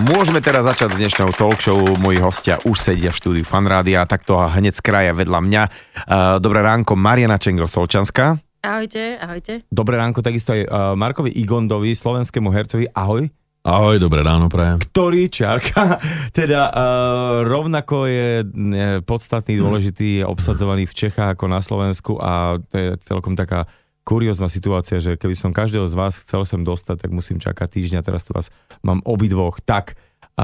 Môžeme teraz začať s dnešnou talk show. Moji hostia už sedia v štúdiu Fanrádia, takto hneď z kraja vedľa mňa. Dobré ránko, Mariana Čengro-Solčanská. Ahojte, ahojte. Dobré ránko takisto aj Markovi Igondovi, slovenskému hercovi. Ahoj. Ahoj, dobré ráno prajem. Ktorý, čiarka, teda rovnako je podstatný, dôležitý, obsadzovaný v Čechách ako na Slovensku a to je celkom taká kuriózna situácia, že keby som každého z vás chcel sem dostať, tak musím čakať týždňa, teraz tu vás mám obidvoch. Tak,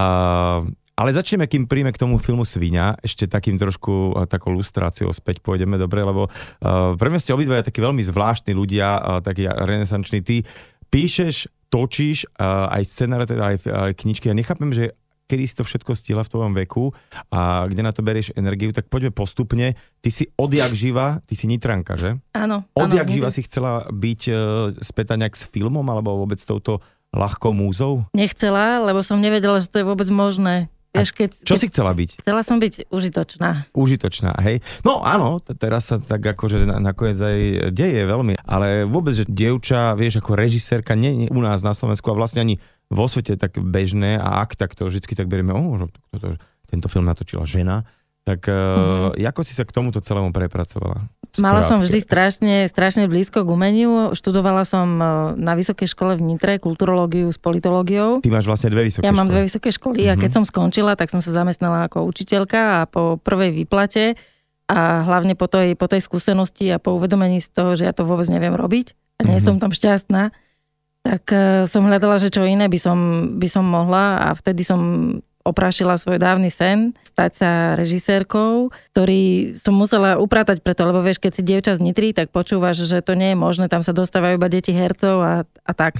ale začneme, kým príjme k tomu filmu Sviňa, ešte takým trošku takou lustráciou späť pôjdeme, dobre, lebo pre mňa ste obidvaja takí veľmi zvláštni ľudia, takí renesanční. Ty píšeš, točíš aj scenáre, teda aj knižky. Ja nechápem, že kedy si to všetko stihla v tvojom veku a kde na to berieš energiu, tak poďme postupne. Ty si odjak živa, ty si Nitranka, že? Áno. Odjak živa si chcela byť spätá nejak s filmom alebo vôbec touto ľahkou múzou? Nechcela, lebo som nevedela, že to je vôbec možné. Vieš, čo si chcela byť? Chcela som byť užitočná. Užitočná, hej. No áno, teraz sa tak akože nakoniec aj deje veľmi, ale vôbec, že dievča, vieš, ako režisérka, nie u nás na Slovensku a vlastne ani vo svete tak bežné a ak tak to vždycky tak berieme, že tento film natočila žena, tak ako si sa k tomuto celému prepracovala? Mala som vždy strašne blízko k umeniu. Študovala som na vysokej škole v Nitre kulturológiu s politológiou. Ty máš vlastne dve vysoké školy. Ja mám dve vysoké školy a keď som skončila, tak som sa zamestnala ako učiteľka a po prvej výplate a hlavne po tej skúsenosti a po uvedomení z toho, že ja to vôbec neviem robiť a nie som tam šťastná, tak som hľadala, že čo iné by som mohla a vtedy som oprášila svoj dávny sen, stať sa režisérkou, ktorý som musela upratať preto, lebo vieš, keď si dievča z Nitry, tak počúvaš, že to nie je možné, tam sa dostávajú iba deti hercov a tak.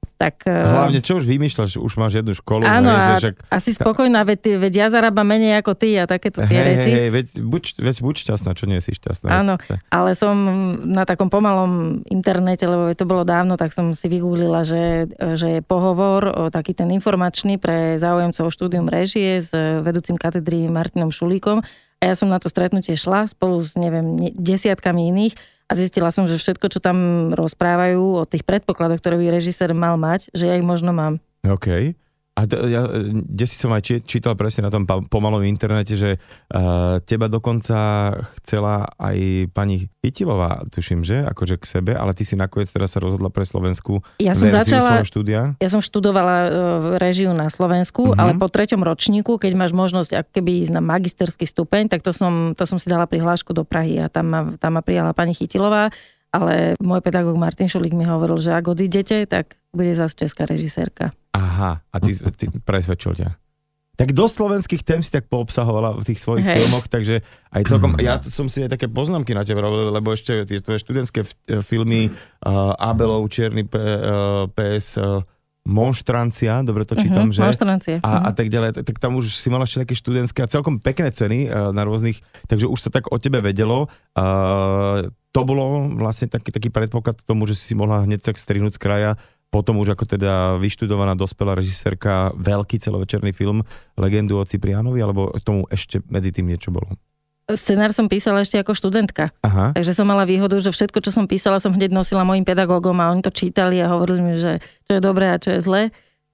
Hlavne, čo už vymýšľaš, už máš jednu školu. Áno, hej, asi spokojná, veď ja zarábam menej ako ty a takéto tie reči. Veď buď šťastná, čo nie si šťastná. Áno, ale som na takom pomalom internete, lebo to bolo dávno, tak som si vygooglila, že je pohovor, taký ten informačný pre záujemcov o štúdium réžie s vedúcim katedry Martinom Šulíkom a ja som na to stretnutie šla spolu s, desiatkami iných a zistila som, že všetko, čo tam rozprávajú o tých predpokladoch, ktoré by režisér mal mať, že ja ich možno mám. OK. A kde si som aj čítal presne na tom pomalom internete, že teba dokonca chcela aj pani Chytilová, tuším, že? Akože k sebe, ale ty si nakoniec teraz sa rozhodla pre slovenskú verziu svojho štúdia? Ja som študovala réžiu na Slovensku, ale po 3. ročníku, keď máš možnosť ako keby ísť na magisterský stupeň, tak to som si dala prihlášku do Prahy a tam ma prijala pani Chytilová, ale môj pedagóg Martin Šulík mi hovoril, že ak odídete, tak bude zase česká režisérka. Aha, a ty presvedčil ťa. Tak do slovenských tém si tak poobsahovala v tých svojich filmoch, takže aj celkom, ja som si aj také poznámky na teba robil, lebo ešte tie tvoje študentské filmy Abelov, Čierny pes, Monštrancia, dobre to čítam, že? Monštrancia. A tak ďalej, tak tam už si mala ešte také študentské a celkom pekné ceny na rôznych, takže už sa tak o tebe vedelo. To bolo vlastne taký predpoklad k tomu, že si mohla hneď tak strihnúť z kraja, potom už ako teda vyštudovaná dospelá režisérka, veľký celovečerný film Legendu o Ciprianovi, alebo tomu ešte medzi tým niečo bolo? Scenár som písala ešte ako študentka. Aha. Takže som mala výhodu, že všetko, čo som písala, som hneď nosila mojim pedagógom a oni to čítali a hovorili mi, že čo je dobré a čo je zlé.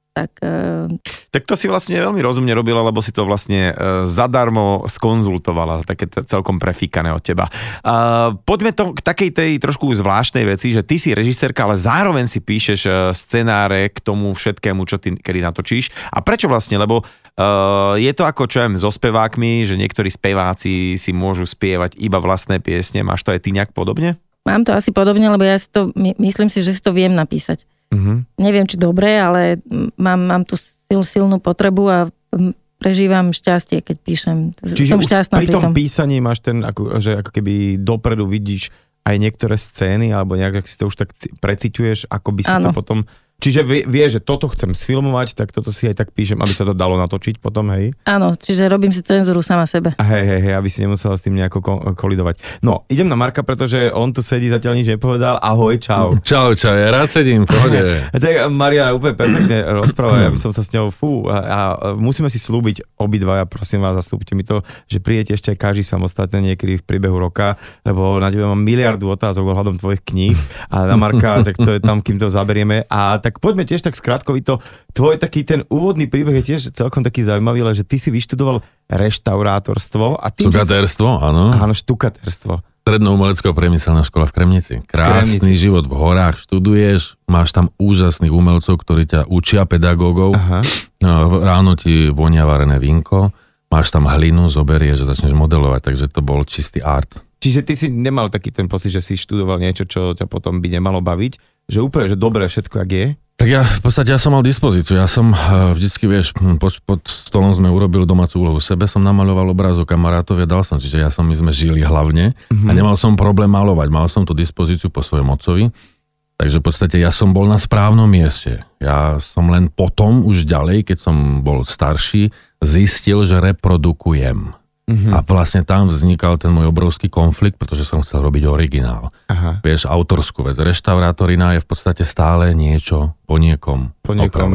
Tak to si vlastne veľmi rozumne robila, lebo si to vlastne zadarmo skonzultovala, také celkom prefíkané od teba. Poďme to k takej tej trošku zvláštnej veci, že ty si režisérka, ale zároveň si píšeš scenáre k tomu všetkému, čo ty kedy natočíš. A prečo vlastne? Lebo je to ako, čo so spevákmi, že niektorí speváci si môžu spievať iba vlastné piesne. Máš to aj ty nejak podobne? Mám to asi podobne, lebo ja myslím si, že si to viem napísať. Neviem, či dobre, ale mám tú silnú potrebu a prežívam šťastie, keď píšem. Čiže som šťastná pri tom písaní máš že ako keby dopredu vidíš aj niektoré scény, alebo nejak, ak si to už tak preciťuješ, ako by si to potom... Čiže vie, že toto chcem sfilmovať, tak toto si aj tak píšem, aby sa to dalo natočiť potom, hej? Áno, čiže robím si cenzúru sama sebe. Hej, aby si nemusela s tým nejako kolidovať. No, idem na Marka, pretože on tu sedí, zatiaľ nič nepovedal. Ahoj, čau. Čau, ja rád sedím, pohode. Tak Maria úplne perfektne rozpráva, ja by som sa s ňou, a musíme si slúbiť obidvaja, prosím vás, zaslúbte mi to, že prídete ešte aj každý samostatne niekedy v priebehu roka, lebo na teba mám miliardu otázok ohľadom tvojich kníh a na Marka, tak to je tam, kým to zaberieme. A tak tak poďme tiež tak skrátkovito. Tvoj taký ten úvodný príbeh je tiež celkom taký zaujímavý, ale že ty si vyštudoval reštaurátorstvo. A štukatérstvo, áno. Áno, štukatérstvo. Stredno-umelecko-priemyselná škola v Kremnici. Krásny život v horách, študuješ, máš tam úžasných umelcov, ktorí ťa učia, pedagógov. Aha. Ráno ti vonia varené vínko, máš tam hlinu, zoberieš a začneš modelovať, takže to bol čistý art. Čiže ty si nemal taký ten pocit, že si študoval niečo, čo ťa potom by nemalo baviť? Že úplne, že dobre všetko, jak je? Tak v podstate ja som mal dispozíciu. Ja som vždycky, vieš, pod stolom sme urobili domácu úlohu. Sebe som namaľoval obrázok kamarátovi a dal som. Čiže my sme žili hlavne a nemal som problém malovať. Mal som tú dispozíciu po svojom otcovi. Takže v podstate ja som bol na správnom mieste. Ja som len potom, už ďalej, keď som bol starší, zistil, že reprodukujem. A vlastne tam vznikal ten môj obrovský konflikt, pretože som chcel robiť originál. Aha. Vieš, autorskú vec. Reštaurátorina je v podstate stále niečo po niekom. Po niekom,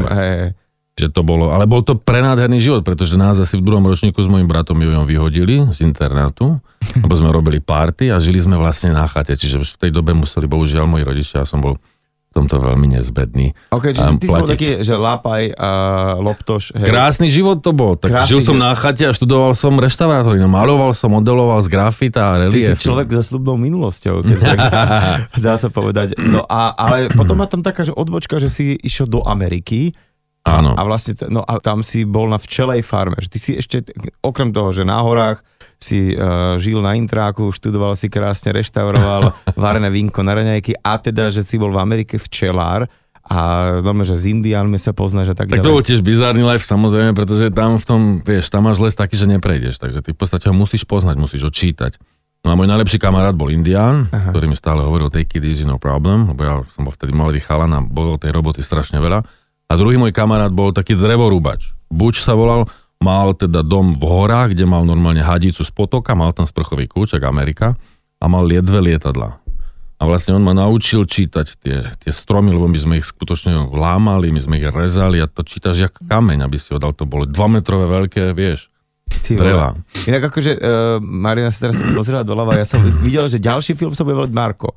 Že to bolo, ale bol to prenádherný život, pretože nás asi v 2. ročníku s mojím bratom Jojom vyhodili z internátu, lebo sme robili party a žili sme vlastne na chate. Čiže v tej dobe museli, bohužiaľ, moji rodičia, ja som bol v tomto veľmi nezbedný. Ok, čiže ty si bol taký, že lápaj a loptoš. Hej. Krásny život to bol. Tak žil som na chate a študoval som reštaurátorinu. Maloval som, modeloval z grafita a reliefy. Ty si človek za sľubnou minulosťou, keď tak dá sa povedať. No ale potom má tam taká že odbočka, že si išiel do Ameriky. Áno. A vlastne, no a tam si bol na včelej farme. Že ty si ešte, okrem toho, že na horách si žil na intráku, študoval si krásne, reštauroval varené vínko na raňajky a teda, že si bol v Amerike včelár a doma, že s Indiánmi sa poznáš a tak ďalej. Tak to bol tiež bizárny life, samozrejme, pretože tam v tom, vieš, tam máš les taký, že neprejdeš, takže ty v podstate ho musíš poznať, musíš ho čítať. No a môj najlepší kamarát bol Indián, ktorý mi stále hovoril take it easy, no problem, lebo ja som bol vtedy mladý chalan a bolo tej roboty strašne veľa. A druhý môj kamarát bol taký drevorúbač. Buč sa volal, mal teda dom v horách, kde mal normálne hadicu z potoka, mal tam sprchový kľúček Amerika a mal 2 lietadlá. A vlastne on ma naučil čítať tie stromy, lebo my sme ich skutočne lámali, my sme ich rezali a to čítaš jak kameň, aby si ho dal. To bolo 2-metrové veľké, vieš, dreva. Inak akože Marina sa teraz pozerala doľava, ja som videl, že ďalší film sa bude volať Marko.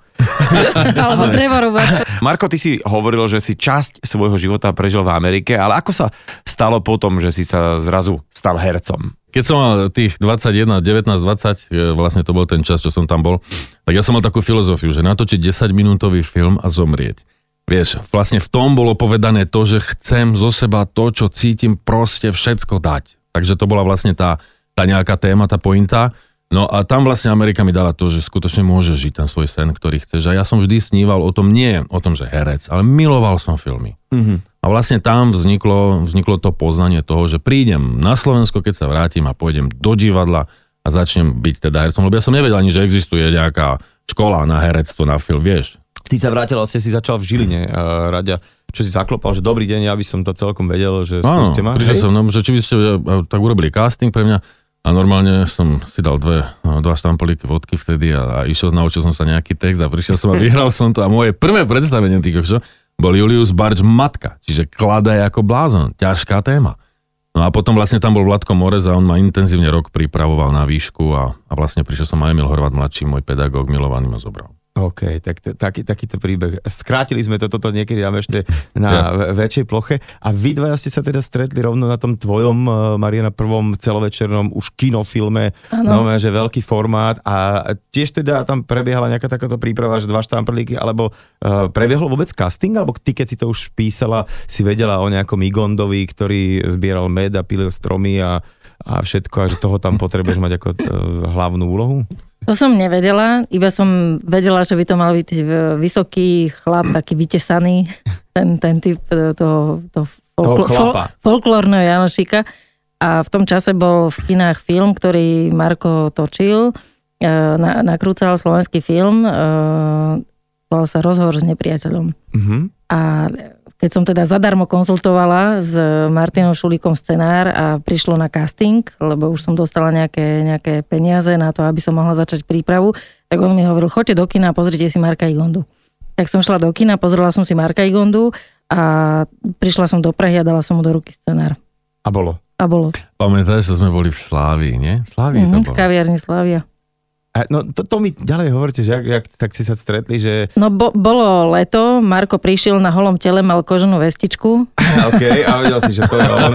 Alebo drevorúbač. Marko, ty si hovoril, že si časť svojho života prežil v Amerike, ale ako sa stalo potom, že si sa zrazu stal hercom? Keď som mal tých 21, 19, 20, vlastne to bol ten čas, čo som tam bol, tak ja som mal takú filozofiu, že natočiť 10-minútový film a zomrieť. Vieš, vlastne v tom bolo povedané to, že chcem zo seba to, čo cítim, proste všetko dať. Takže to bola vlastne tá nejaká téma, tá pointa. No a tam vlastne Amerika mi dala to, že skutočne môžeš žiť ten svoj sen, ktorý chceš. A ja som vždy sníval o tom, nie o tom, že herec, ale miloval som filmy. A vlastne tam vzniklo to poznanie toho, že prídem na Slovensko, keď sa vrátim a pôjdem do divadla a začnem byť teda hercom. Lebo ja som nevedel ani, že existuje nejaká škola na herectvo, na film, vieš. Ty sa vrátil, vlastne si začal v Žiline, Raďa, čo si zaklopal, že dobrý deň, ja by som to celkom vedel, že skúste ma. Prišiel som, že či by ste tak urobili casting pre mňa a normálne som si dal 2 štampoliky vodky vtedy a naučil som sa nejaký text a prišiel som a vyhral som to a moje prvé predstavenie bol Julius Barč Matka, čiže kladaj ako blázon, ťažká téma. No a potom vlastne tam bol Vladko Morez a on ma intenzívne rok pripravoval na výšku a vlastne prišiel som aj Emil Horváth mladší, môj pedagóg, milovaný ma zobral. OK, tak takýto príbeh. Skrátili sme toto niekedy dáme ešte na väčšej ploche a vy dvaja ste sa teda stretli rovno na tom tvojom, Mariana, prvom celovečernom už kinofilme, no, že veľký formát a tiež teda tam prebiehala nejaká takáto príprava, že 2 štamprlíky, alebo prebiehol vôbec casting, alebo ty, keď si to už písala, si vedela o nejakom Igondovi, ktorý zbieral med a pilil stromy a všetko, a že toho tam potrebuješ mať ako hlavnú úlohu? To som nevedela, iba som vedela, že by to mal byť vysoký chlap, taký vytesaný, ten typ toho folklórneho Janošika. A v tom čase bol v kinách film, ktorý Marko točil, nakrúcal slovenský film, volal sa Rozhovor s nepriateľom. A keď som teda zadarmo konzultovala s Martinom Šulíkom scenár a prišlo na casting, lebo už som dostala nejaké peniaze na to, aby som mohla začať prípravu, tak on mi hovoril, choďte do kina a pozrite si Marka Igondu. Tak som šla do kina, pozrela som si Marka Igondu a prišla som do Prahy a dala som mu do ruky scenár. A bolo? A bolo. Pamätáš, že sme boli v Slávii, nie? V Slávii to bolo. V kaviarni Slávia. No to mi ďalej hovoríte, že jak tak si sa stretli, že... No bolo leto, Marko prišiel na holom tele, mal koženú vestičku. OK, a vedel si, že to je on.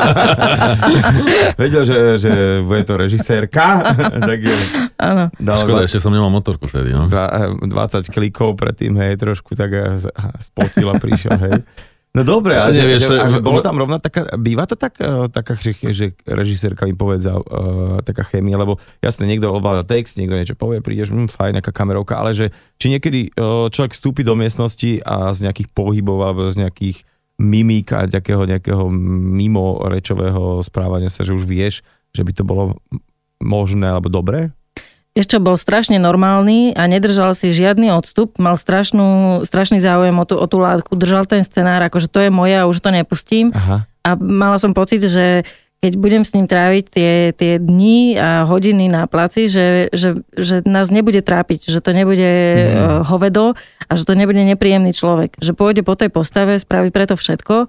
Vedel, že bude to režisérka. Tak áno. Škoda, ešte som nemal motorku vtedy, no. 20 klikov predtým, hej, trošku tak spotil a prišiel, hej. No dobre, ale bolo tam rovná taká, býva to taká, že režisérka im povedza taká chémia, lebo jasne, niekto ovláda text, niekto niečo povie, prídeš, fajn, nejaká kamerovka, ale že či niekedy človek vstúpi do miestnosti a z nejakých pohybov alebo z nejakých mimík a nejakého mimo rečového správania sa, že už vieš, že by to bolo možné alebo dobré? Ešte bol strašne normálny a nedržal si žiadny odstup, mal strašný záujem o tú látku, držal ten scenár, akože to je moje a už to nepustím. Aha. A mala som pocit, že keď budem s ním tráviť tie dni a hodiny na placi, že nás nebude trápiť, že to nebude hovedo a že to nebude nepríjemný človek. Že pôjde po tej postave, spraví preto všetko,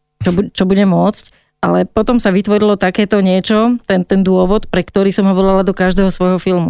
čo bude môcť. Ale potom sa vytvorilo takéto niečo, ten dôvod, pre ktorý som ho volala do každého svojho filmu.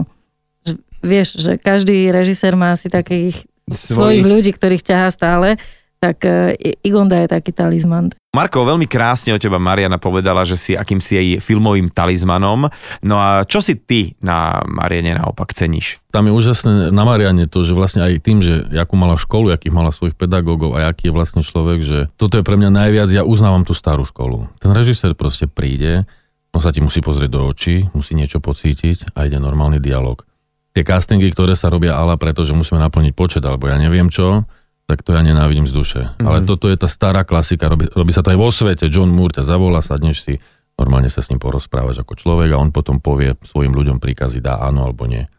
Vieš, že každý režisér má asi takých svojich ľudí, ktorých ťahá stále, tak Igonda je taký talizman. Marko, veľmi krásne o teba Mariana povedala, že si akýmsi jej filmovým talizmanom. No a čo si ty na Mariane naopak ceníš? Tam je úžasné na Mariane to, že vlastne aj tým, že akú mala školu, akých mala svojich pedagógov a aký je vlastne človek, že toto je pre mňa najviac, ja uznávam tú starú školu. Ten režisér proste príde, on sa ti musí pozrieť do očí, musí niečo pocítiť a ide normálny dialog. Tie castingy, ktoré sa robia pretože musíme naplniť počet, alebo ja neviem čo, tak to ja nenávidím z duše. Ale toto je tá stará klasika, robí sa to aj vo svete. John Moore ťa zavolá, sadneš si, normálne sa s ním porozprávaš ako človek a on potom povie svojim ľuďom príkazy, dá áno alebo nie.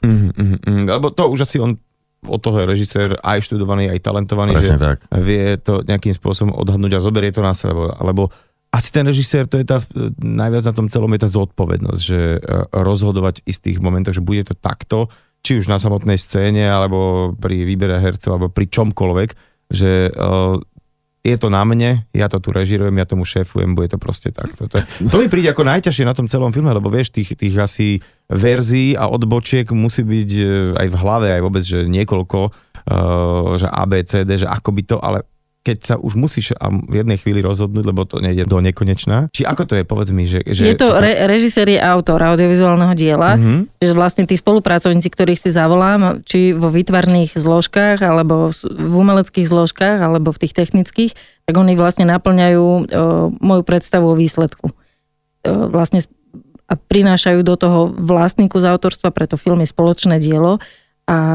Lebo to už asi on od toho je režisér aj študovaný, aj talentovaný, presne že tak. Vie to nejakým spôsobom odhadnúť a zoberie to na seba, alebo asi ten režisér, to je najviac na tom celom je tá zodpovednosť, že rozhodovať v istých momentoch, že bude to takto, či už na samotnej scéne, alebo pri výbere hercov, alebo pri čomkoľvek, že je to na mne, ja to tu režírujem, ja tomu šéfujem, bude to proste takto. To mi príde ako najťažšie na tom celom filme, lebo vieš, tých asi verzií a odbočiek musí byť aj v hlave, aj vôbec, že niekoľko, že A, B, C, D, že ako by to, ale keď sa už musíš v jednej chvíli rozhodnúť, lebo to nejde do nekonečna. Či ako to je, povedz mi, že je to režisér je autor audiovizuálneho diela, čiže vlastne tí spolupracovníci, ktorých si zavolám, či vo výtvarných zložkách, alebo v umeleckých zložkách, alebo v tých technických, tak oni vlastne naplňajú moju predstavu o výsledku. Vlastne a prinášajú do toho vlastný kus autorstva, preto film je spoločné dielo a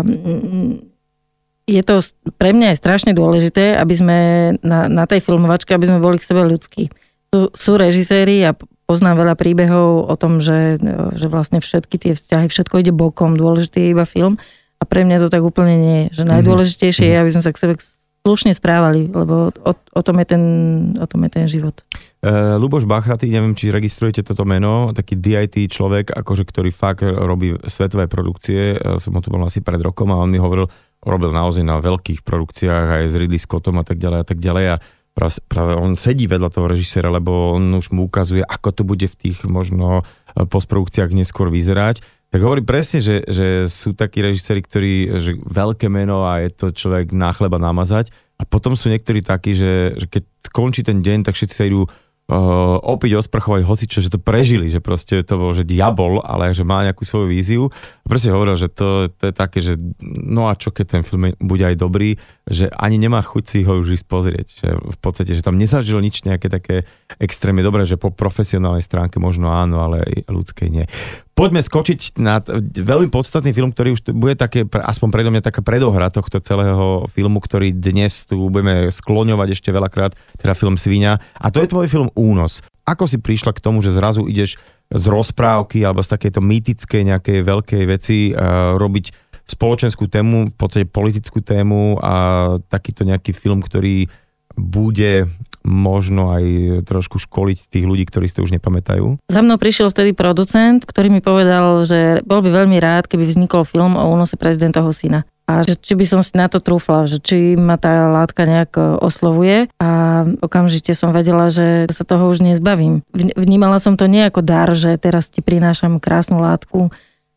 je to pre mňa je strašne dôležité, aby sme na tej filmovačke, aby sme boli k sebe ľudskí. Sú režiséri a poznám veľa príbehov o tom, že vlastne všetky tie vzťahy, všetko ide bokom, dôležitý je iba film a pre mňa to tak úplne nie je. Že najdôležitejšie je, aby sme sa k sebe slušne správali, lebo o tom je ten život. Ľuboš Bachratý, neviem, či registrujete toto meno, taký DIT človek, akože, ktorý fakt robí svetové produkcie, som ho tu bol asi pred rokom a on mi robil naozaj na veľkých produkciách aj s Ridley Scottom a tak ďalej a práve on sedí vedľa toho režiséra, lebo on už mu ukazuje, ako to bude v tých možno postprodukciách neskôr vyzerať. Tak hovorí presne, že sú takí režiséri, ktorí, že veľké meno a je to človek na chleba namazať a potom sú niektorí takí, že keď skončí ten deň, tak všetci sa idú opäť osprchovať hocičo, že to prežili, že proste to bol, že diabol, ale že má nejakú svoju víziu. A proste hovoril, že to je také, že no a čo keď ten film bude aj dobrý, že ani nemá chuť si ho už ísť pozrieť. Že v podstate, že tam nezažil nič nejaké také extrémne dobré, že po profesionálnej stránke možno áno, ale aj ľudskej nie. Poďme skočiť na veľmi podstatný film, ktorý už bude také, aspoň predo mňa taká predohra tohto celého filmu, ktorý dnes tu budeme skloňovať ešte veľakrát, teda film Sviňa. A to je tvoj film Únos. Ako si prišla k tomu, že zrazu ideš z rozprávky alebo z takejto mýtickej nejakej veľkej veci robiť spoločenskú tému, v podstate politickú tému a takýto nejaký film, ktorý bude možno aj trošku školiť tých ľudí, ktorí si to už nepamätajú? Za mnou prišiel vtedy producent, ktorý mi povedal, že bol by veľmi rád, keby vznikol film o únose prezidentovho syna. A že či by som si na to trúfla, že či ma tá látka nejak oslovuje a okamžite som vedela, že sa toho už nezbavím. Vnímala som to nie ako dar, že teraz ti prinášam krásnu látku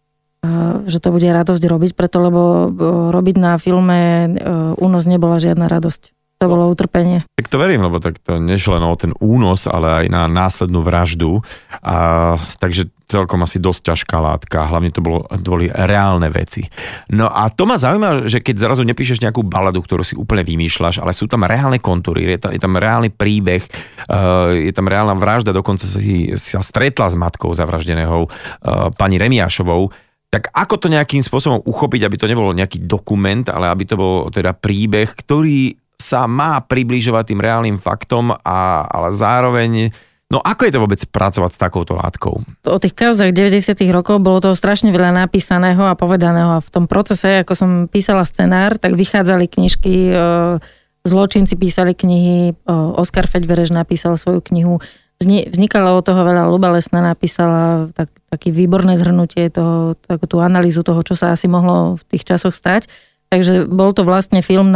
že to bude radosť robiť, preto lebo robiť na filme Únos nebola žiadna radosť. To bolo utrpenie. Tak to verím, lebo tak to nešlo len o ten únos, ale aj na následnú vraždu. Takže celkom asi dosť ťažká látka. Hlavne to boli reálne veci. No a to ma zaujíma, že keď zrazu nepíšeš nejakú baladu, ktorú si úplne vymýšľaš, ale sú tam reálne kontúry, je tam reálny príbeh, je tam reálna vražda, dokonca sa stretla s matkou zavraždeného pani Remiášovou. Tak ako to nejakým spôsobom uchopiť, aby to nebolo nejaký dokument, ale aby to bol teda príbeh, ktorý sa má približovať tým reálnym faktom, ale zároveň... No ako je to vôbec pracovať s takouto látkou? O tých kauzách 90. rokov bolo toho strašne veľa napísaného a povedaného a v tom procese, ako som písala scenár, tak vychádzali knižky, zločinci písali knihy, Oskar Feďvereš napísal svoju knihu, vznikalo od toho veľa, Ľuba Lesná napísala také výborné zhrnutie toho, takú tú analýzu toho, čo sa asi mohlo v tých časoch stať. Takže bol to vlastne film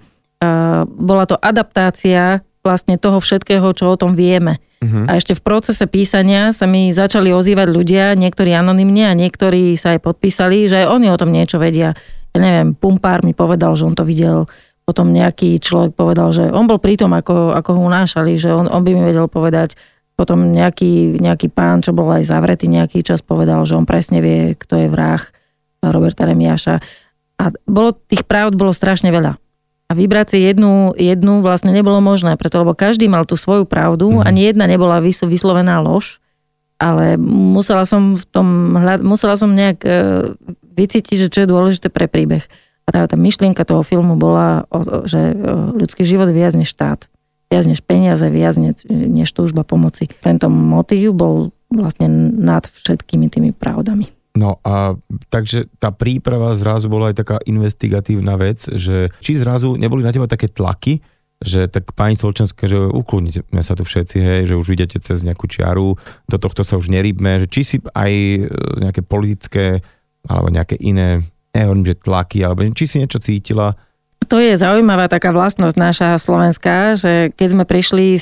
bola to adaptácia vlastne toho všetkého, čo o tom vieme. Uh-huh. A ešte v procese písania sa mi začali ozývať ľudia, niektorí anonymne a niektorí sa aj podpísali, že aj oni o tom niečo vedia. Ja neviem, pumpár mi povedal, že on to videl, potom nejaký človek povedal, že on bol pri tom, ako ho unášali, že on by mi vedel povedať. Potom nejaký pán, čo bol aj zavretý nejaký čas, povedal, že on presne vie, kto je vrah Roberta Remiáša. A tých pravd bolo strašne veľa. A vybrať si jednu vlastne nebolo možné, preto lebo každý mal tú svoju pravdu, ani jedna nebola vyslovená lož, ale musela som nejak vycítiť, že čo je dôležité pre príbeh. A tá myšlienka toho filmu bola, že ľudský život je viac než štát, viac než peniaze, viac než túžba pomoci. Tento motív bol vlastne nad všetkými tými pravdami. No a takže tá príprava zrazu bola aj taká investigatívna vec, že či zrazu neboli na teba také tlaky, že tak pani Solčenská, že ukludnite sa tu všetci, hej, že už idete cez nejakú čiaru, do tohto sa už nerýbme, že či si aj nejaké politické alebo nejaké iné, nehovorím, že tlaky, alebo či si niečo cítila. To je zaujímavá taká vlastnosť naša slovenská, že keď sme prišli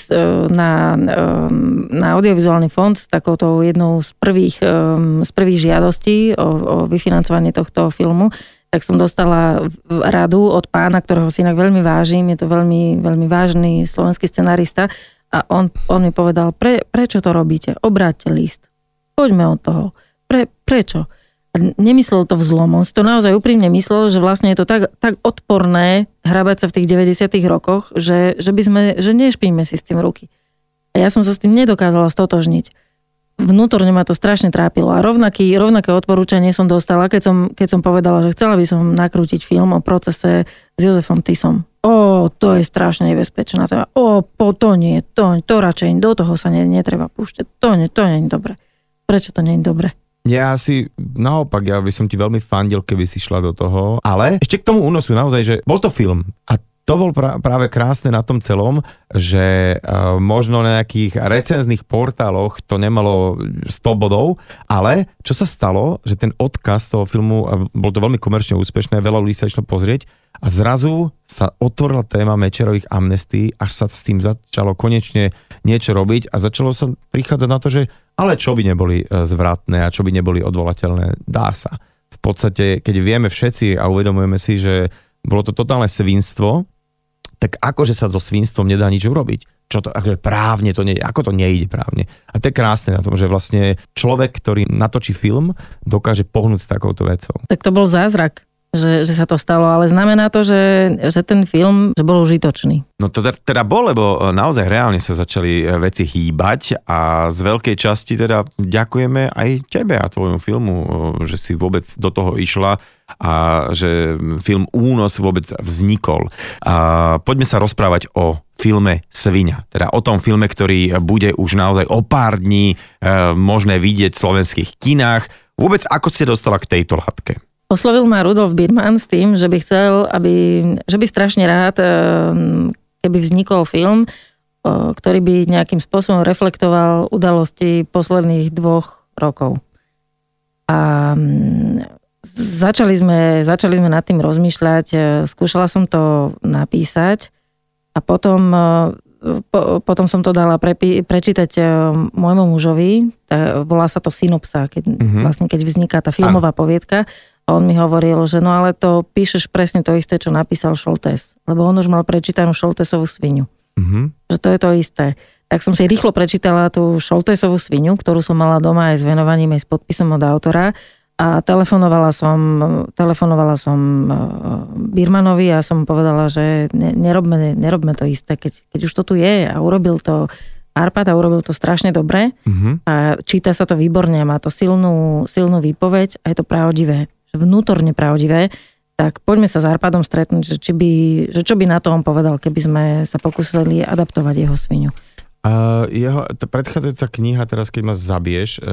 na audiovizuálny fond s takouto jednou z prvých žiadostí o vyfinancovanie tohto filmu, tak som dostala radu od pána, ktorého si inak veľmi vážim, je to veľmi, veľmi vážny slovenský scenarista a on mi povedal, prečo to robíte? Obráťte list. Poďme od toho. Prečo? Nemyslel to vzlom, on si to naozaj úprimne myslel, že vlastne je to tak odporné hrabať sa v tých 90. rokoch, že nešpíme si s tým ruky. A ja som sa s tým nedokázala stotožniť. Vnútorne ma to strašne trápilo a rovnaké odporúčanie som dostala, keď som povedala, že chcela by som nakrútiť film o procese s Jozefom Tisom. To je strašne nebezpečná téma. To nie, to radšej do toho sa netreba púšťať. To nie je dobre. Prečo to nie je dobre? Ja si naopak, ja by som ti veľmi fandil, keby si šla do toho, ale ešte k tomu únosu naozaj, že bol to film a to bol práve krásne na tom celom, že možno na nejakých recenzných portáloch to nemalo 100 bodov, ale čo sa stalo, že ten odkaz toho filmu, bol to veľmi komerčne úspešné, veľa ľudí sa išlo pozrieť a zrazu sa otvorila téma Mečiarových amnestií, až sa s tým začalo konečne niečo robiť a začalo sa prichádzať na to, že ale čo by neboli zvratné a čo by neboli odvolateľné, dá sa. V podstate, keď vieme všetci a uvedomujeme si, že bolo to totálne svinstvo, tak akože sa so svinstvom nedá nič urobiť. Čo to, akože právne to nejde, ako to nejde právne. A to je krásne na tom, že vlastne človek, ktorý natočí film, dokáže pohnúť s takouto vecou. Tak to bol zázrak, že sa to stalo, ale znamená to, že ten film že bol užitočný. No to teda bol, lebo naozaj reálne sa začali veci hýbať a z veľkej časti teda ďakujeme aj tebe a tvojmu filmu, že si vôbec do toho išla a že film Únos vôbec vznikol. A poďme sa rozprávať o filme Sviňa, teda o tom filme, ktorý bude už naozaj o pár dní možné vidieť v slovenských kinách. Vôbec ako ste dostala k tejto látke? Oslovil ma Rudolf Birman s tým, že by chcel, že by strašne rád, keby vznikol film, ktorý by nejakým spôsobom reflektoval udalosti posledných 2 rokov. A začali sme nad tým rozmýšľať, skúšala som to napísať a potom potom som to dala prečítať môjmu mužovi, volá sa to synopsa, keď vzniká tá filmová poviedka. A on mi hovoril, že no ale to píšeš presne to isté, čo napísal Šoltés. Lebo on už mal prečítanú Šoltésovú svinu. Že to je to isté. Tak som si rýchlo prečítala tú Šoltésovú svinu, ktorú som mala doma aj s venovaním, aj s podpisom od autora. A telefonovala som Birmanovi a som povedala, že nerobme to isté, keď už to tu je a urobil to Arpad a urobil to strašne dobre a číta sa to výborne, má to silnú výpoveď a je to pravdivé, vnútorne pravdivé, tak poďme sa s Arpadom stretnúť, že čo by na to on povedal, keby sme sa pokúsili adaptovať jeho svinu. Tá predchádzajúca kniha, teraz keď ma zabiješ...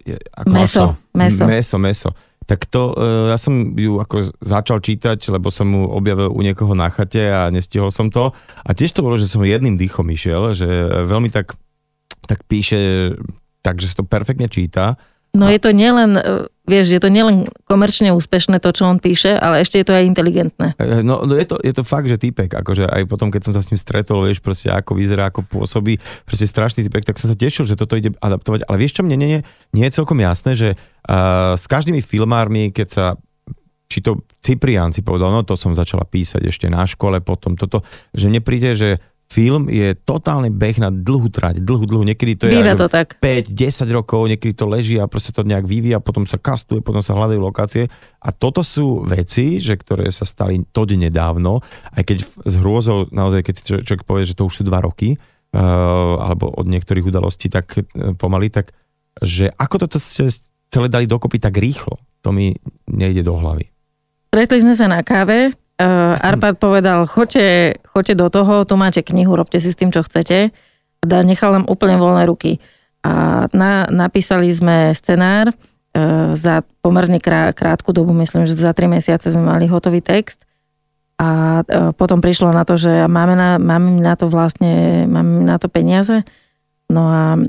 Meso. Tak to, ja som ju ako začal čítať, lebo som mu objavil u niekoho na chate a nestihol som to. A tiež to bolo, že som jedným dýchom išiel, že veľmi tak píše, takže sa to perfektne číta. No je to nielen, je to nielen komerčne úspešné to, čo on píše, ale ešte je to aj inteligentné. No je to fakt, že týpek, akože aj potom, keď som sa s ním stretol, vieš, proste ako vyzerá, ako pôsobí, proste strašný týpek, tak som sa tešil, že toto ide adaptovať, ale vieš čo, mne nie je celkom jasné, že s každými filmármi, keď sa či to Ciprián si povedal, no to som začala písať ešte na škole, potom toto, že mne príde, že film je totálny beh na dlhú trať, dlhú, niekedy to je to tak 5-10 rokov, niekedy to leží a proste to nejak vyvíja, potom sa kastuje, potom sa hľadajú lokácie a toto sú veci, že ktoré sa stali tode nedávno, aj keď s hrôzou, naozaj keď si človek povie, že to už sú 2 roky, alebo od niektorých udalostí tak pomaly, tak že ako toto ste celé dali dokopy tak rýchlo, to mi nejde do hlavy. Stretli sme sa na káve, Arpad povedal, choďte do toho, tu máte knihu, robte si s tým, čo chcete. Nechal nám úplne voľné ruky. A napísali sme scenár za pomerne krátku dobu, myslím, že za 3 mesiace sme mali hotový text. A potom prišlo na to, že máme na to peniaze. No a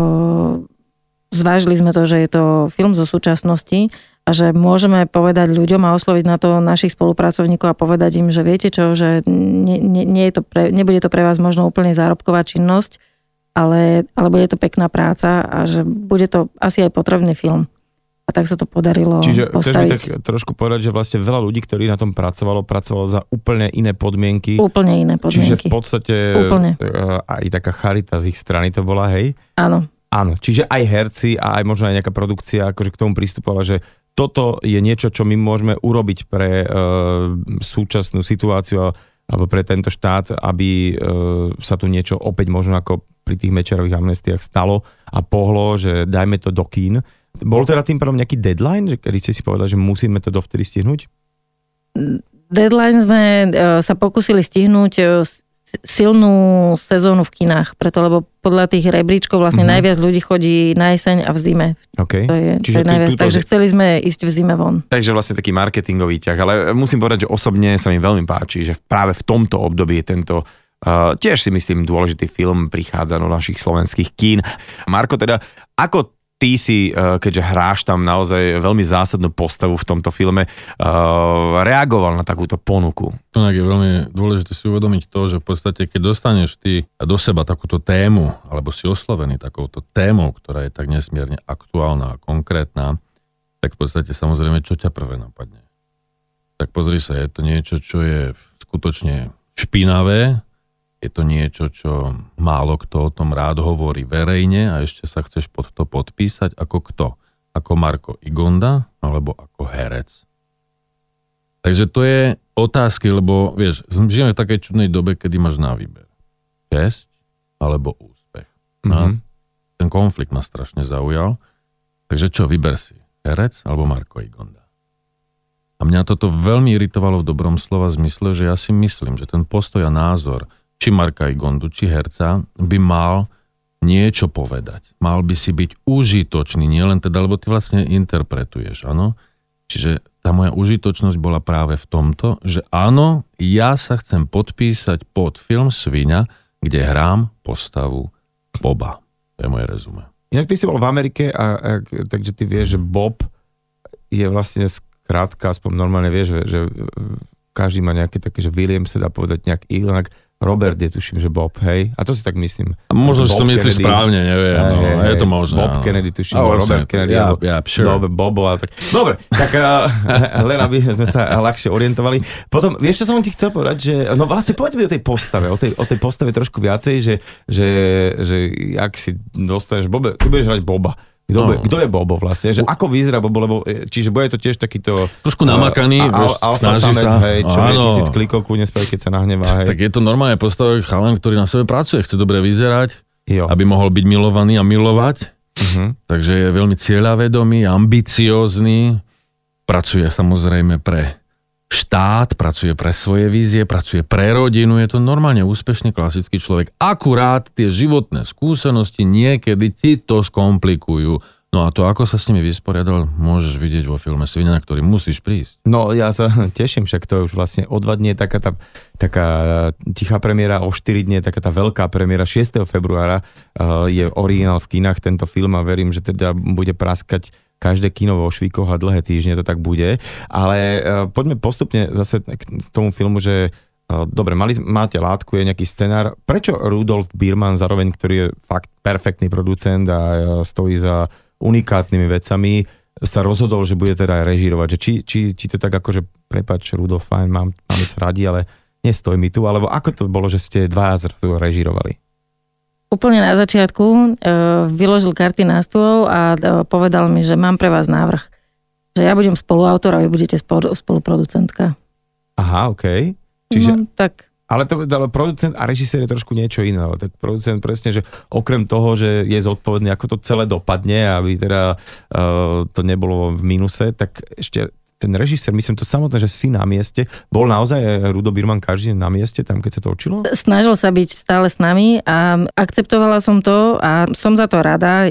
zvážili sme to, že je to film zo súčasnosti, a že môžeme povedať ľuďom a osloviť na to našich spolupracovníkov a povedať im, že viete čo, že nebude to pre vás možno úplne zárobková činnosť, ale bude to pekná práca a že bude to asi aj potrebný film. A tak sa to podarilo Čiže postaviť. chceš mi tak trošku povedať, že vlastne veľa ľudí, ktorí na tom pracovalo za úplne iné podmienky. Úplne iné podmienky. Čiže v podstate aj taká charita z ich strany to bola, hej? Áno. Áno, čiže aj herci a aj možno aj nejaká produkcia akože k tomu pristupovala, že toto je niečo, čo my môžeme urobiť pre súčasnú situáciu alebo pre tento štát, aby sa tu niečo opäť možno ako pri tých Mečiarových amnestiách stalo a pohlo, že dajme to do kín. Bol teda tým pádom nejaký deadline, že kedy ste si povedali, že musíme to dovtedy stihnúť? Deadline sme sa pokúsili stihnúť silnú sezónu v kinách, lebo podľa tých rebríčkov vlastne najviac ľudí chodí na jeseň a v zime. Okay. To je najviac, takže chceli sme ísť v zime von. Takže vlastne taký marketingový ťah, ale musím povedať, že osobne sa mi veľmi páči, že práve v tomto období tento tiež si myslím dôležitý film prichádza do našich slovenských kín. Marko, teda ako ty si, keďže hráš tam naozaj veľmi zásadnú postavu v tomto filme, reagoval na takúto ponuku? To je veľmi dôležité si uvedomiť to, že v podstate, keď dostaneš ty do seba takúto tému, alebo si oslovený takouto témou, ktorá je tak nesmierne aktuálna a konkrétna, tak v podstate samozrejme, čo ťa prvé napadne? Tak pozri sa, je to niečo, čo je skutočne špinavé, je to niečo, čo málo kto o tom rád hovorí verejne a ešte sa chceš pod to podpísať ako kto? Ako Marko Igonda alebo ako herec? Takže to je otázky, lebo vieš, žijeme v takej čudnej dobe, kedy máš na výber. Česť alebo úspech. No, ten konflikt ma strašne zaujal. Takže čo, vyber si? Herec alebo Marko Igonda? A mňa toto veľmi iritovalo v dobrom slova zmysle, že ja si myslím, že ten postoj a názor či Marka Igondu, či herca, by mal niečo povedať. Mal by si byť užitočný, nielen teda, lebo ty vlastne interpretuješ, áno? Čiže tá moja užitočnosť bola práve v tomto, že áno, ja sa chcem podpísať pod film Sviňa, kde hrám postavu Boba. To je moje rezume. Inak ty si bol v Amerike, takže ty vieš, že Bob je vlastne skrátka, aspoň normálne vieš, že každý má nejaké také, že William sa dá povedať nejak inak, Robert je tuším, že Bob, hej? A to si tak myslím. A možno, že to myslíš správne, neviem, je to možné. Bob Kennedy tuším, Robert Kennedy, sure. Bobo a tak. Dobre, tak len aby sme sa ľahšie orientovali. Potom, vieš, čo som ti chcel povedať, že, no vlastne povedz mi o tej postave, o tej postave trošku viacej, že ak si dostaneš Boba, ty budeš hrať Boba. Kto je Bobo vlastne? Že ako vyzerá Bobo? Lebo, čiže bude to tiež takýto... Trošku namakaný, snaží sa. Hej, čo je 1000 klikov, kľudne spraví, keď sa nahnevá. Hej. Tak je to normálne postavý chalan, ktorý na sebe pracuje, chce dobre vyzerať, aby mohol byť milovaný a milovať. Takže je veľmi cieľavedomý, ambiciózny, pracuje samozrejme pre štát, pracuje pre svoje vízie, pracuje pre rodinu, je to normálne úspešný klasický človek. Akurát tie životné skúsenosti niekedy ti to skomplikujú. No a to, ako sa s nimi vysporiadal, môžeš vidieť vo filme Svinia, na ktorý musíš prísť. No ja sa teším, však to už vlastne o 2 dní taká tichá premiéra, o 4 dní taká tá veľká premiéra 6. februára je originál v kinách tento film a verím, že teda bude praskať každé kino vo švíkoch a dlhé týždne to tak bude. Ale poďme postupne zase k tomu filmu, že dobre, máte látku, je nejaký scenár. Prečo Rudolf Biermann zároveň, ktorý je fakt perfektný producent a stojí za unikátnymi vecami, sa rozhodol, že bude teda aj režírovať. Že či to tak akože, prepáč Rudolf, fajn, máme sa radi, ale nestoj mi tu, alebo ako to bolo, že ste dvaja zrazu režírovali? Úplne na začiatku vyložil karty na stôl a povedal mi, že mám pre vás návrh. Že ja budem spoluautor a vy budete spoluproducentka. Aha, okej. Čiže, tak. Ale producent a režisér je trošku niečo iné. Tak producent presne, že okrem toho, že je zodpovedný, ako to celé dopadne, aby teda to nebolo v mínuse, tak ešte ten režisér, myslím to samotné, že si na mieste. Bol naozaj Rudo Biermann každý na mieste, tam keď sa to točilo? Snažil sa byť stále s nami a akceptovala som to a som za to rada.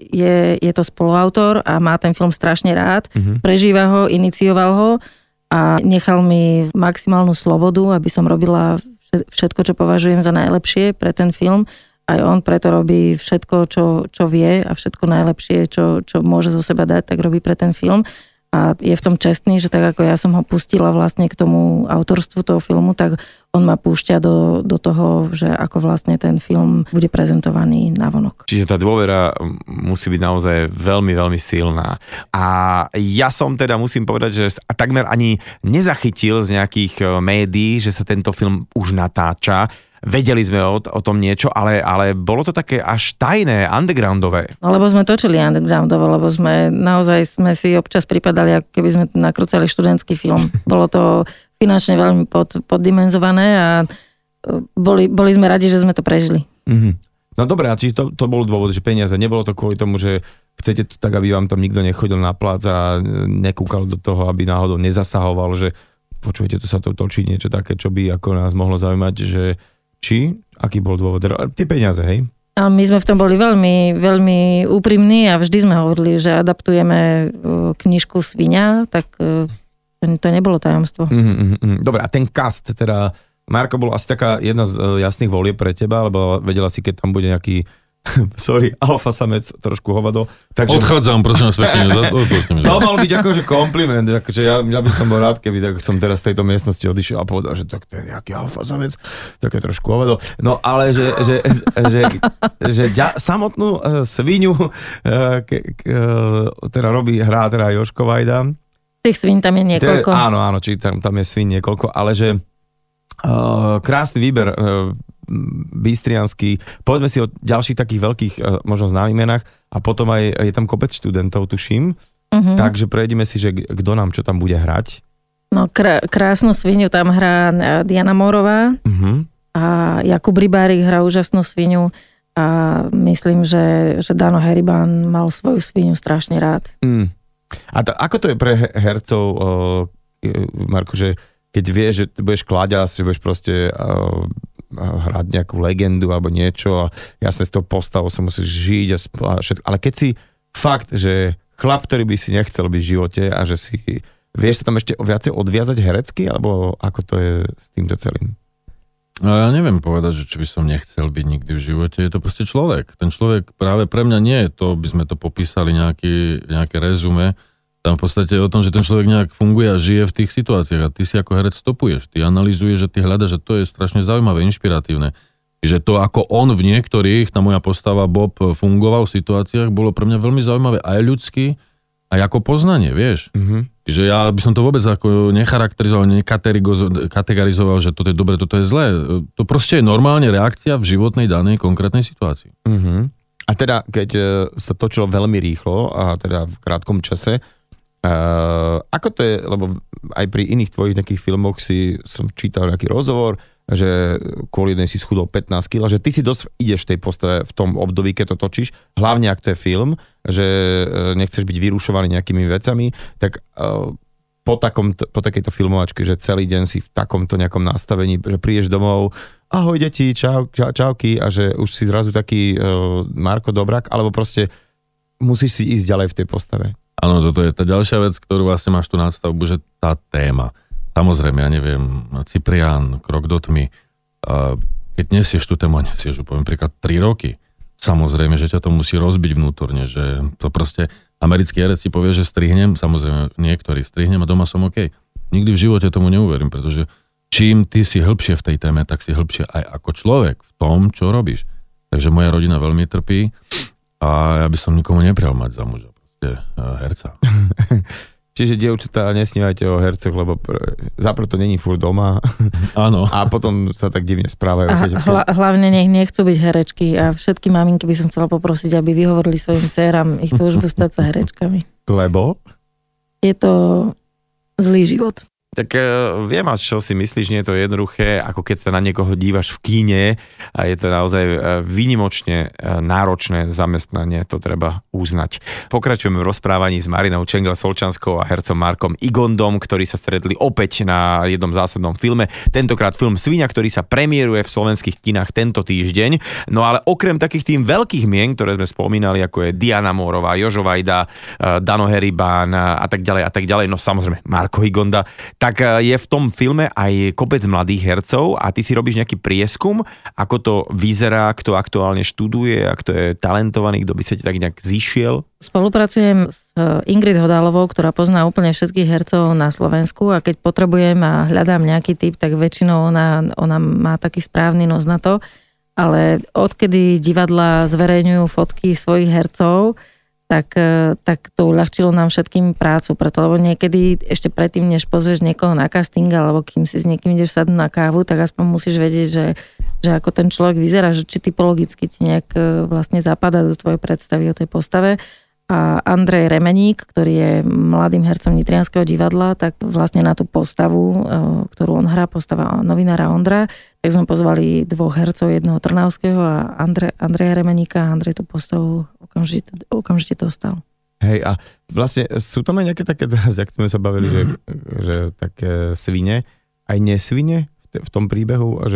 Je to spoluautor a má ten film strašne rád. Prežíva ho, inicioval ho a nechal mi maximálnu slobodu, aby som robila všetko, čo považujem za najlepšie pre ten film. Aj on preto robí všetko, čo vie a všetko najlepšie, čo môže zo seba dať, tak robí pre ten film. A je v tom čestný, že tak ako ja som ho pustila vlastne k tomu autorstvu toho filmu, tak on ma púšťa do toho, že ako vlastne ten film bude prezentovaný navonok. Čiže tá dôvera musí byť naozaj veľmi, veľmi silná. A ja som teda, musím povedať, že takmer ani nezachytil z nejakých médií, že sa tento film už natáča. Vedeli sme o tom niečo, ale bolo to také až tajné, undergroundové. No lebo sme točili undergroundovo, lebo naozaj sme si občas pripadali, ako keby sme nakrúcali študentský film. Bolo to finančne veľmi poddimenzované a boli sme radi, že sme to prežili. No dobré, a čiže to bol dôvod, že peniaze. Nebolo to kvôli tomu, že chcete to tak, aby vám tam nikto nechodil na plác a nekúkal do toho, aby náhodou nezasahoval, že počujete, tu sa to točí niečo také, čo by ako nás mohlo zaujímať, že aký bol dôvod? Tie peniaze, hej? Ale my sme v tom boli veľmi, veľmi úprimní a vždy sme hovorili, že adaptujeme knižku Svinia, tak to nebolo tajomstvo. Dobre, a ten cast, teda Marko, bol asi taká jedna z jasných volieb pre teba, lebo vedela si, keď tam bude nejaký alfa samec, trošku hovado. Takže... Odchádzam, prosím vás pekne. To mal byť akože kompliment, akože ja by som bol rád, keby tak som teraz z tejto miestnosti odišiel a povedal, že tak to je nejaký alfa samec, také trošku hovado. No ale že samotnú svinu teda hrá teda Jožko Vajda. Tých svín tam je niekoľko. Áno, či tam je svín niekoľko, ale že krásny výber bystriansky. Povedzme si o ďalších takých veľkých možno známych menách a potom aj je tam kopec študentov, tuším. Takže prejdeme si, že kto nám čo tam bude hrať. No krásnu svinu tam hrá Diana Mórová a Jakub Rybárik hrá úžasnú svinu a myslím, že Dano Heriban mal svoju svinu strašne rád. A ako to je pre hercov, Marko, že keď vieš, že ty budeš kláďas, že budeš proste hrať nejakú legendu alebo niečo a jasne z toho postavu sa musíš žiť a všetko. Ale keď si fakt, že chlap, ktorý by si nechcel byť v živote a že si vieš sa tam ešte viacej odviazať herecky, alebo ako to je s týmto celým? No ja neviem povedať, že či by som nechcel byť nikdy v živote. Je to proste človek. Ten človek práve pre mňa nie je to, by sme to popísali nejaké rezume. Tam v podstate je o tom, že ten človek nejak funguje a žije v tých situáciách a ty si ako herec stopuješ, ty analyzuješ, že ty hľadaš, že to je strašne zaujímavé, inšpiratívne. Že to, ako on v niektorých, tá moja postava Bob, fungoval v situáciách, bolo pre mňa veľmi zaujímavé aj ľudský, aj ako poznanie, vieš. Čiže ja by som to vôbec ako necharakterizoval, nekategorizoval, že toto je dobre, toto je zlé. To proste je normálne reakcia v životnej danej konkrétnej situácii. A teda, keď sa točilo veľmi rýchlo a teda v krátkom čase, ako to je, lebo aj pri iných tvojich nejakých filmoch som čítal nejaký rozhovor, že kvôli jednej si schudol 15 kg, že ty si dosť ideš v tej postave v tom období, keď to točíš, hlavne ak to je film, že nechceš byť vyrušovaný nejakými vecami, tak po takejto filmovačke, že celý deň si v takomto nejakom nastavení, že prídeš domov, ahoj deti, čauky, a že už si zrazu taký Marko Dobrák, alebo proste musíš si ísť ďalej v tej postave. Áno, toto je tá ďalšia vec, ktorú vlastne máš tu nadstavbu, že tá téma. Samozrejme, ja neviem, Ciprián, Krok do tmy, keď nesieš tú tému a nesieš ju, poviem príklad 3 roky, samozrejme, že ťa to musí rozbiť vnútorne, že to proste, americký herec si povie, že strihnem, samozrejme, niektorí strihnem a doma som OK. Nikdy v živote tomu neuverím, pretože čím ty si hĺbšie v tej téme, tak si hĺbšie aj ako človek v tom, čo robíš. Takže moja rodina veľmi trpí a ja by som nikomu neprial mať za muža. Herca. Čiže dievčatá, nesnívajte o hercoch, lebo zaprvé to není furt doma. Áno. A potom sa tak divne správajú. Hlavne nechcú byť herečky a všetky maminky by som chcela poprosiť, aby vyhovorili svojim dcéram ich túžbu stať sa herečkami. Lebo? Je to zlý život. Tak viem, čo si myslíš, nie je to jednoduché, ako keď sa na niekoho dívaš v kíne a je to naozaj výnimočne náročné zamestnanie, to treba uznať. Pokračujeme v rozprávaní s Marinou Čengel-Solčanskou a hercom Markom Igondom, ktorí sa stretli opäť na jednom zásadnom filme. Tentokrát film Sviňa, ktorý sa premiéruje v slovenských kinách tento týždeň. No ale okrem takých tým veľkých mien, ktoré sme spomínali, ako je Diana Mórová, Jožo Vajda, Dano Heribán a tak ďalej, no samozrejme Marko Igonda, tak je v tom filme aj kopec mladých hercov a ty si robíš nejaký prieskum, ako to vyzerá, kto aktuálne študuje, a kto je talentovaný, kto by sa ti tak nejak zišiel? Spolupracujem s Ingrid Hodálovou, ktorá pozná úplne všetkých hercov na Slovensku a keď potrebujem a hľadám nejaký typ, tak väčšinou ona má taký správny nos na to, ale odkedy divadlá zverejňujú fotky svojich hercov, tak to uľahčilo nám všetkým prácu, preto lebo niekedy ešte predtým, než pozrieš niekoho na casting, alebo kým si s niekým ideš sadnúť na kávu, tak aspoň musíš vedieť, že ako ten človek vyzerá, že či typologicky ti nejak vlastne zapadá do tvojej predstavy o tej postave. A Andrej Remeník, ktorý je mladým hercom Nitrianskeho divadla, tak vlastne na tú postavu, ktorú on hrá, postava novinára Ondra, tak sme pozvali 2 hercov, jedného Trnavského a Andreja Remeníka a Andrej tú postavu okamžite dostal. Hej, a vlastne sú tam aj nejaké také, jak sme sa bavili, že také svine, aj nesvine v tom príbehu, že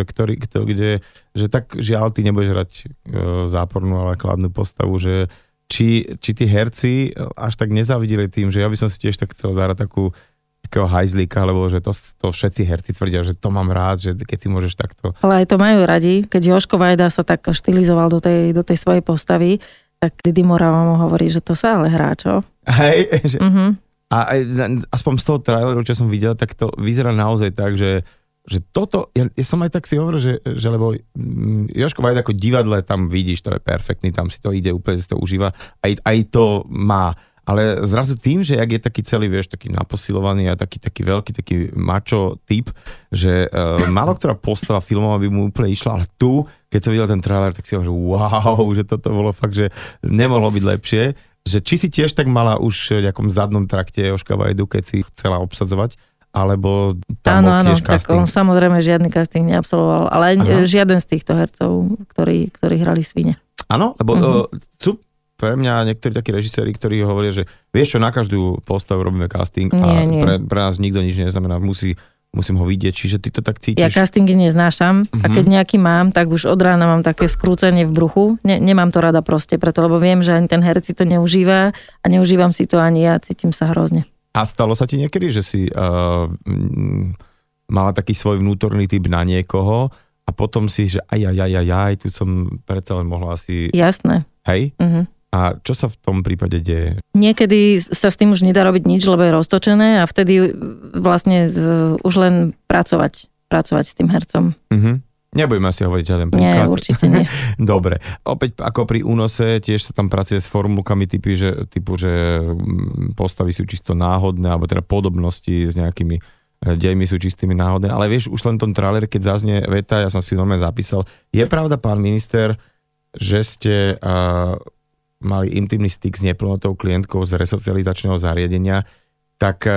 že tak žiaľ, ty nebudeš hrať zápornú, ale kladnú postavu, že či tí herci až tak nezávideli tým, že ja by som si tiež tak chcel zahrať takého hajzlíka, lebo že to všetci herci tvrdia, že to mám rád, že keď si môžeš takto. Ale aj to majú radi, keď Jožko Vajda sa tak štilizoval do tej svojej postavy, tak Didi Morava mu hovorí, že to sa ale hrá, čo? Hej, že... A aspoň z toho traileru, čo som videl, tak to vyzerá naozaj tak, že toto, ja som aj tak si hovoril, že lebo Jožko Vajda ako divadle tam vidíš, to je perfektný, tam si to ide, úplne si to užíva, aj to má, ale zrazu tým, že jak je taký celý, vieš, taký naposilovaný a taký veľký, taký mačo typ, že málo ktorá postava filmová by mu úplne išla, ale tu, keď som videl ten trailer, tak si hovoril, že wow, že toto bolo fakt, že nemohlo byť lepšie, že či si tiež tak mala už v nejakom zadnom trakte Jožka Vajdu, keď si chcela obsadzovať, alebo tam bol tiež casting. Tak on samozrejme žiadny casting neabsolvoval, ale žiaden z týchto hercov, ktorí hrali svine. Áno, lebo sú pre mňa niektorí takí režiséri, ktorí hovoria, že vieš čo, na každú postavu robíme casting a pre nás nikto nič neznamená, musím ho vidieť, čiže ty to tak cítiš. Ja castingy neznášam a keď nejaký mám, tak už od rána mám také skrúcenie v bruchu, nemám to rada proste, preto lebo viem, že ani ten herec si to neužíva a neužívam si to ani ja, cítim sa hrozne. A stalo sa ti niekedy, že si mala taký svoj vnútorný typ na niekoho a potom si, že aj, tu som predsa len mohla asi... Jasné. Hej? Uh-huh. A čo sa v tom prípade deje? Niekedy sa s tým už nedá robiť nič, lebo je roztočené a vtedy vlastne už len pracovať s tým hercom. Nebudeme si hovoriť žiaden príklad. Nie, určite nie. Dobre. Opäť ako pri únose, tiež sa tam pracuje s formulkami typu, že postavy sú čisto náhodné, alebo teda podobnosti s nejakými dejmi sú čistými náhodné. Ale vieš, už len tom trailer, keď zaznie veta, ja som si normálne zapísal, je pravda, pán minister, že ste mali intimný styk s neplnotou klientkou z resocializačného zariadenia, tak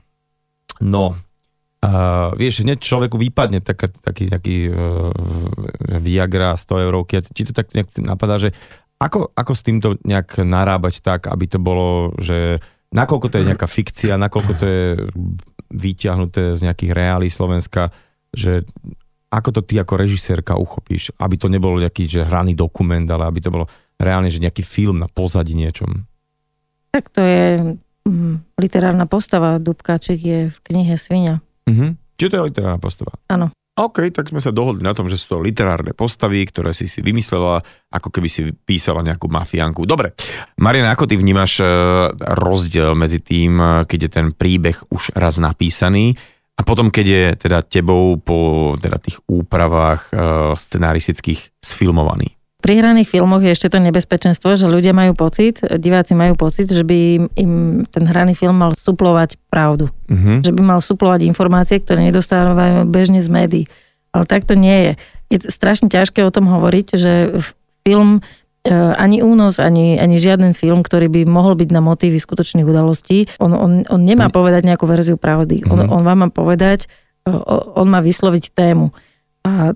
vieš, hneď človeku vypadne taký nejaký Viagra 100 eurovky. Či to tak nejak napadá, že ako s týmto nejak narábať tak, aby to bolo, že nakoľko to je nejaká fikcia, nakoľko to je vyťahnuté z nejakých reálí Slovenska, že ako to ty ako režisérka uchopíš, aby to nebolo nejaký že hraný dokument, ale aby to bolo reálne, že nejaký film na pozadí niečom. Tak to je literárna postava. Dubkáčik je v knihe Sviňa. Čiže to je literárna postava? Áno. OK, tak sme sa dohodli na tom, že sú to literárne postavy, ktoré si vymyslela, ako keby si písala nejakú mafiánku. Dobre. Mariana, ako ty vnímaš rozdiel medzi tým, keď je ten príbeh už raz napísaný a potom, keď je teda tebou po teda tých úpravách scenaristických sfilmovaný? Pri hraných filmoch je ešte to nebezpečenstvo, že ľudia majú pocit, diváci majú pocit, že by im ten hraný film mal suplovať pravdu. Že by mal suplovať informácie, ktoré nedostávajú bežne z médií. Ale tak to nie je. Je strašne ťažké o tom hovoriť, že film, ani únos, ani žiaden film, ktorý by mohol byť na motívy skutočných udalostí, on nemá povedať nejakú verziu pravdy. On vám má povedať, on má vysloviť tému. A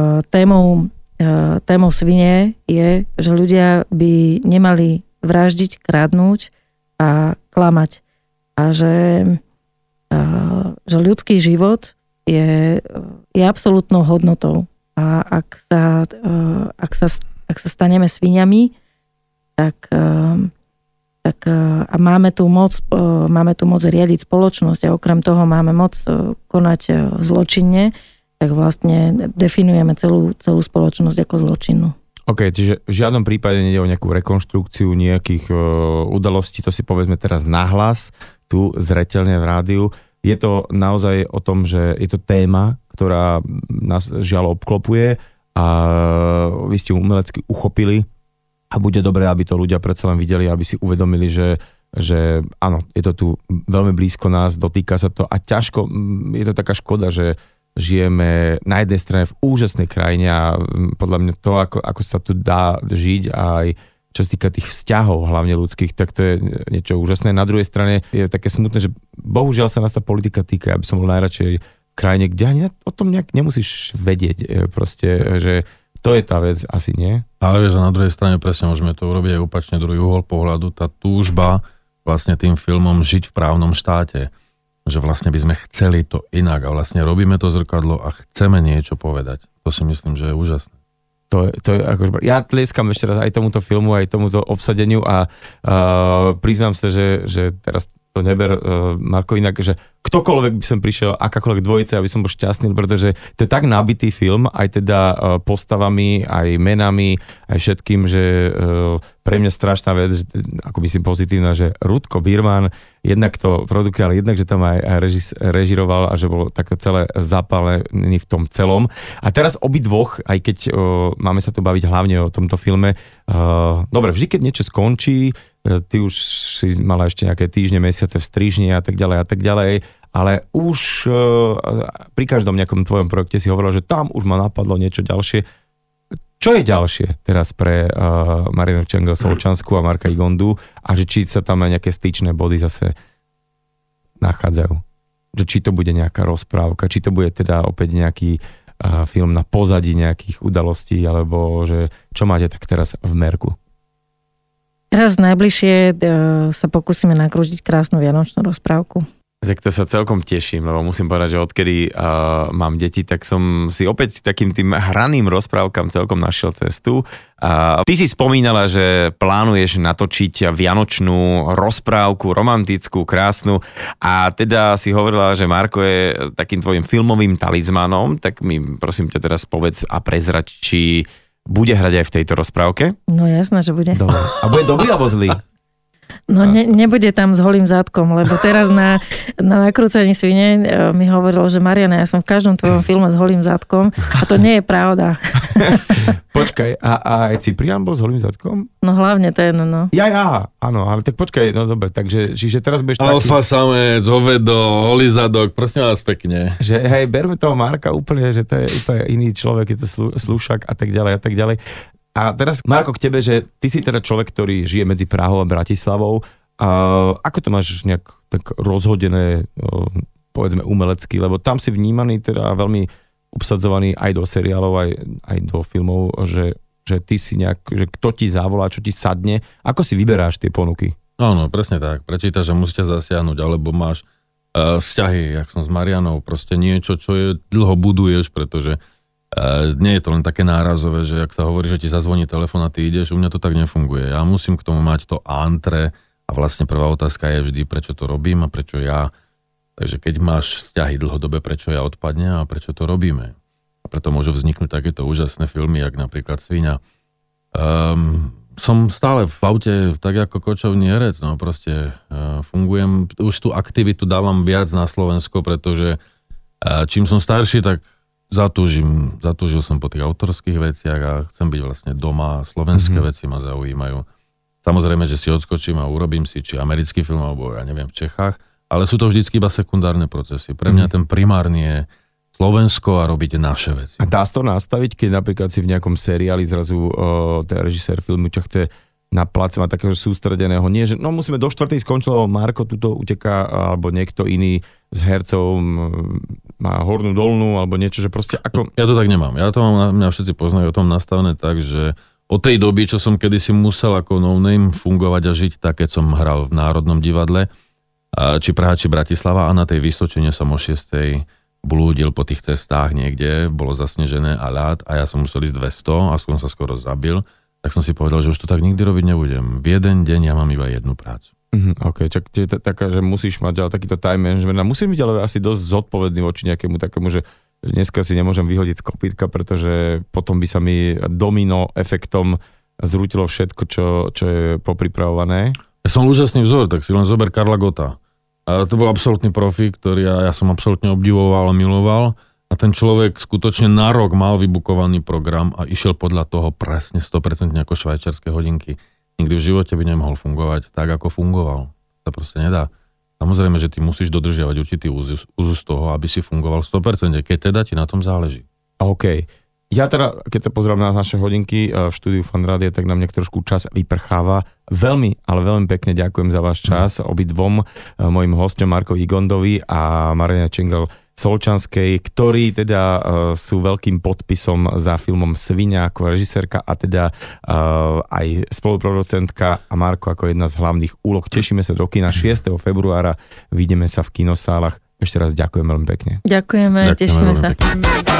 témou Svine je, že ľudia by nemali vraždiť, kradnúť a klamať. A že ľudský život je absolútnou hodnotou. A ak sa staneme sviňami, tak a máme tu moc riadiť spoločnosť a okrem toho máme moc konať zločinne, tak vlastne definujeme celú spoločnosť ako zločinnú. OK, čiže v žiadnom prípade nejde o nejakú rekonštrukciu nejakých udalostí, to si povedzme teraz nahlas, tu zreteľne v rádiu. Je to naozaj o tom, že je to téma, ktorá nás žiaľ obklopuje a vy ste umelecky uchopili a bude dobré, aby to ľudia predsa len videli, aby si uvedomili, že áno, je to tu veľmi blízko nás, dotýka sa to a ťažko, je to taká škoda, že žijeme na jednej strane v úžasnej krajine a podľa mňa to, ako sa tu dá žiť aj čo sa týka tých vzťahov, hlavne ľudských, tak to je niečo úžasné. Na druhej strane je také smutné, že bohužiaľ sa nás tá politika týka. Ja by som bol najradšej v krajine, kde ani o tom nejak nemusíš vedieť. Proste, že to je tá vec, asi nie. Ale vieš, na druhej strane presne môžeme to urobiť aj opačne, druhý uhol pohľadu. Tá túžba vlastne tým filmom žiť v právnom štáte. Že vlastne by sme chceli to inak a vlastne robíme to zrkadlo a chceme niečo povedať. To si myslím, že je úžasné. To je akože, ja tlieskam ešte raz aj tomuto filmu, aj tomuto obsadeniu a priznám sa, že teraz to neber Marko inak, že ktokoľvek by som prišiel, akákoľvek dvojica, aby som bol šťastný, pretože to je tak nabitý film, aj teda postavami, aj menami, aj všetkým, že pre mňa strašná vec, že, ako myslím pozitívna, že Rudko Birman, jednak to produkuje, ale jednak, že tam aj režiroval a že bol takto celé zapálený v tom celom. A teraz obidvoch, aj keď máme sa tu baviť hlavne o tomto filme, dobre, vždy, keď niečo skončí, ty už si mala ešte nejaké týždne, mesiace v strižni a tak ďalej, ale už pri každom nejakom tvojom projekte si hovorila, že tam už ma napadlo niečo ďalšie. Čo je ďalšie teraz pre Marianu Čengel-Solčanskú a Marka Igondu a že či sa tam aj nejaké styčné body zase nachádzajú? Že či to bude nejaká rozprávka, či to bude teda opäť nejaký film na pozadí nejakých udalostí, alebo že čo máte tak teraz v merku? Teraz najbližšie sa pokúsime nakrútiť krásnu vianočnú rozprávku. Tak to sa celkom teším, lebo musím povedať, že odkedy mám deti, tak som si opäť takým tým hraným rozprávkam celkom našiel cestu. Ty si spomínala, že plánuješ natočiť vianočnú rozprávku, romantickú, krásnu a teda si hovorila, že Marko je takým tvojim filmovým talizmanom, tak mi prosím ťa teraz povedz a prezrať, či bude hrať aj v tejto rozprávke? No jasné, že bude. Dobre. A bude dobrý alebo zlý? No nebude tam s holým zadkom, lebo teraz na nakrúcaní Svine mi hovoril, že Mariana, ja som v každom tvojom filme s holým zadkom a to nie je pravda. Počkaj, a aj Ciprián bol s holým zadkom? No hlavne ten, no. Ja, áno, ale tak počkaj, no dobre, takže čiže teraz budeš taký... Alfa samec, hovedo, holý zadok, prosím vás pekne. Že hej, berme toho Marka úplne, že to je úplne iný človek, je to slúšak a tak ďalej a tak ďalej. A teraz, Marko, k tebe, že ty si teda človek, ktorý žije medzi Prahou a Bratislavou. Ako to máš nejak tak rozhodené, povedzme, umelecky? Lebo tam si vnímaný teda veľmi obsadzovaný aj do seriálov, aj do filmov, že ty si nejak, že kto ti zavolá, čo ti sadne. Ako si vyberáš tie ponuky? Áno, presne tak. Prečítaš, že musíte zasiahnuť, alebo máš vzťahy, jak som s Marianou, proste niečo, čo je dlho buduješ, pretože nie je to len také nárazové, že ak sa hovorí, že ti zazvoní telefón a ty ideš, u mňa to tak nefunguje. Ja musím k tomu mať to antre a vlastne prvá otázka je vždy, prečo to robím a prečo ja. Takže keď máš vzťahy dlhodobé, prečo ja odpadne a prečo to robíme. A preto môžu vzniknúť takéto úžasné filmy, jak napríklad Sviňa. Som stále v aute tak ako kočovný herec, no proste fungujem, už tú aktivitu dávam viac na Slovensko, pretože čím som starší, tak zatúžil som po tých autorských veciach a chcem byť vlastne doma, slovenské veci ma zaujímajú. Samozrejme, že si odskočím a urobím si či americký film, alebo ja neviem, v Čechách, ale sú to vždycky iba sekundárne procesy. Pre mňa ten primárny je Slovensko a robiť naše veci. A dá sa to nastaviť, keď napríklad si v nejakom seriáli zrazu ten režisér filmu ťa chce na place mať takého sústredeného, nie, že no musíme do 4. skončilo, Marko tuto uteká, alebo niekto iný z hercov má hornú dolnú, alebo niečo, že proste ako... Ja to tak nemám. Ja to mám, mňa všetci poznajú o tom nastavené tak, že od tej doby, čo som kedysi musel ako no-name fungovať a žiť tak, keď som hral v Národnom divadle, či Praha, či Bratislava, a na tej Vysočine som o 6. blúdil po tých cestách niekde, bolo zasnežené a ľad a ja som musel ísť 200 a som sa skoro zabil. Tak som si povedal, že už to tak nikdy robiť nebudem. V jeden deň ja mám iba jednu prácu. OK, čak taká, že musíš mať ale takýto time management a musím byť ale asi dosť zodpovedný voči nejakému takému, že dneska si nemôžem vyhodiť z kopítka, pretože potom by sa mi domino efektom zrútilo všetko, čo je popripravované. Ja som úžasný vzor, tak si len zober Karla Gotta. A to bol absolútny profi, ktorý ja som absolútne obdivoval a miloval. A ten človek skutočne na rok mal vybukovaný program a išiel podľa toho presne 100% ako švajčiarske hodinky. Nikdy v živote by nemohol fungovať tak, ako fungoval. To proste nedá. Samozrejme, že ty musíš dodržiavať určitý úzus toho, aby si fungoval 100%, keď teda ti na tom záleží. OK. Ja teda, keď sa pozerám na naše hodinky v štúdiu Fan Rádia, tak na mňa trošku čas vyprcháva. Veľmi, ale veľmi pekne ďakujem za váš čas. Obidvom mojim hosťom Markovi Igondovi a Mariane Čengel-Solčanskej, ktorí teda sú veľkým podpisom za filmom Sviňa ako režisérka a teda aj spoluproducentka a Marko ako jedna z hlavných úloh. Tešíme sa do kina 6. februára. Vidíme sa v kinosálach. Ešte raz ďakujem veľmi pekne. Ďakujeme, tešíme sa. Pekne.